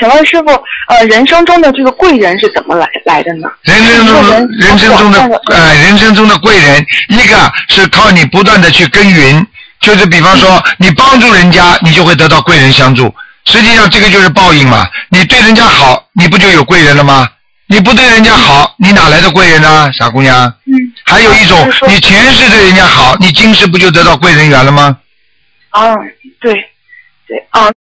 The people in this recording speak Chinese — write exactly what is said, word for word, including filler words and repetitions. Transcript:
请问师傅，呃，人生中的这个贵人是怎么来来的呢？ 人生中的人生中的呃人生中的贵人，一个是靠你不断的去耕耘，就是比方说你帮助人家，你就会得到贵人相助。实际上这个就是报应嘛，你对人家好，你不就有贵人了吗？你不对人家好，你哪来的贵人呢，傻姑娘？ 嗯。 还有一种，你前世对人家好，你今世不就得到贵人缘了吗？ 啊，对，对，啊。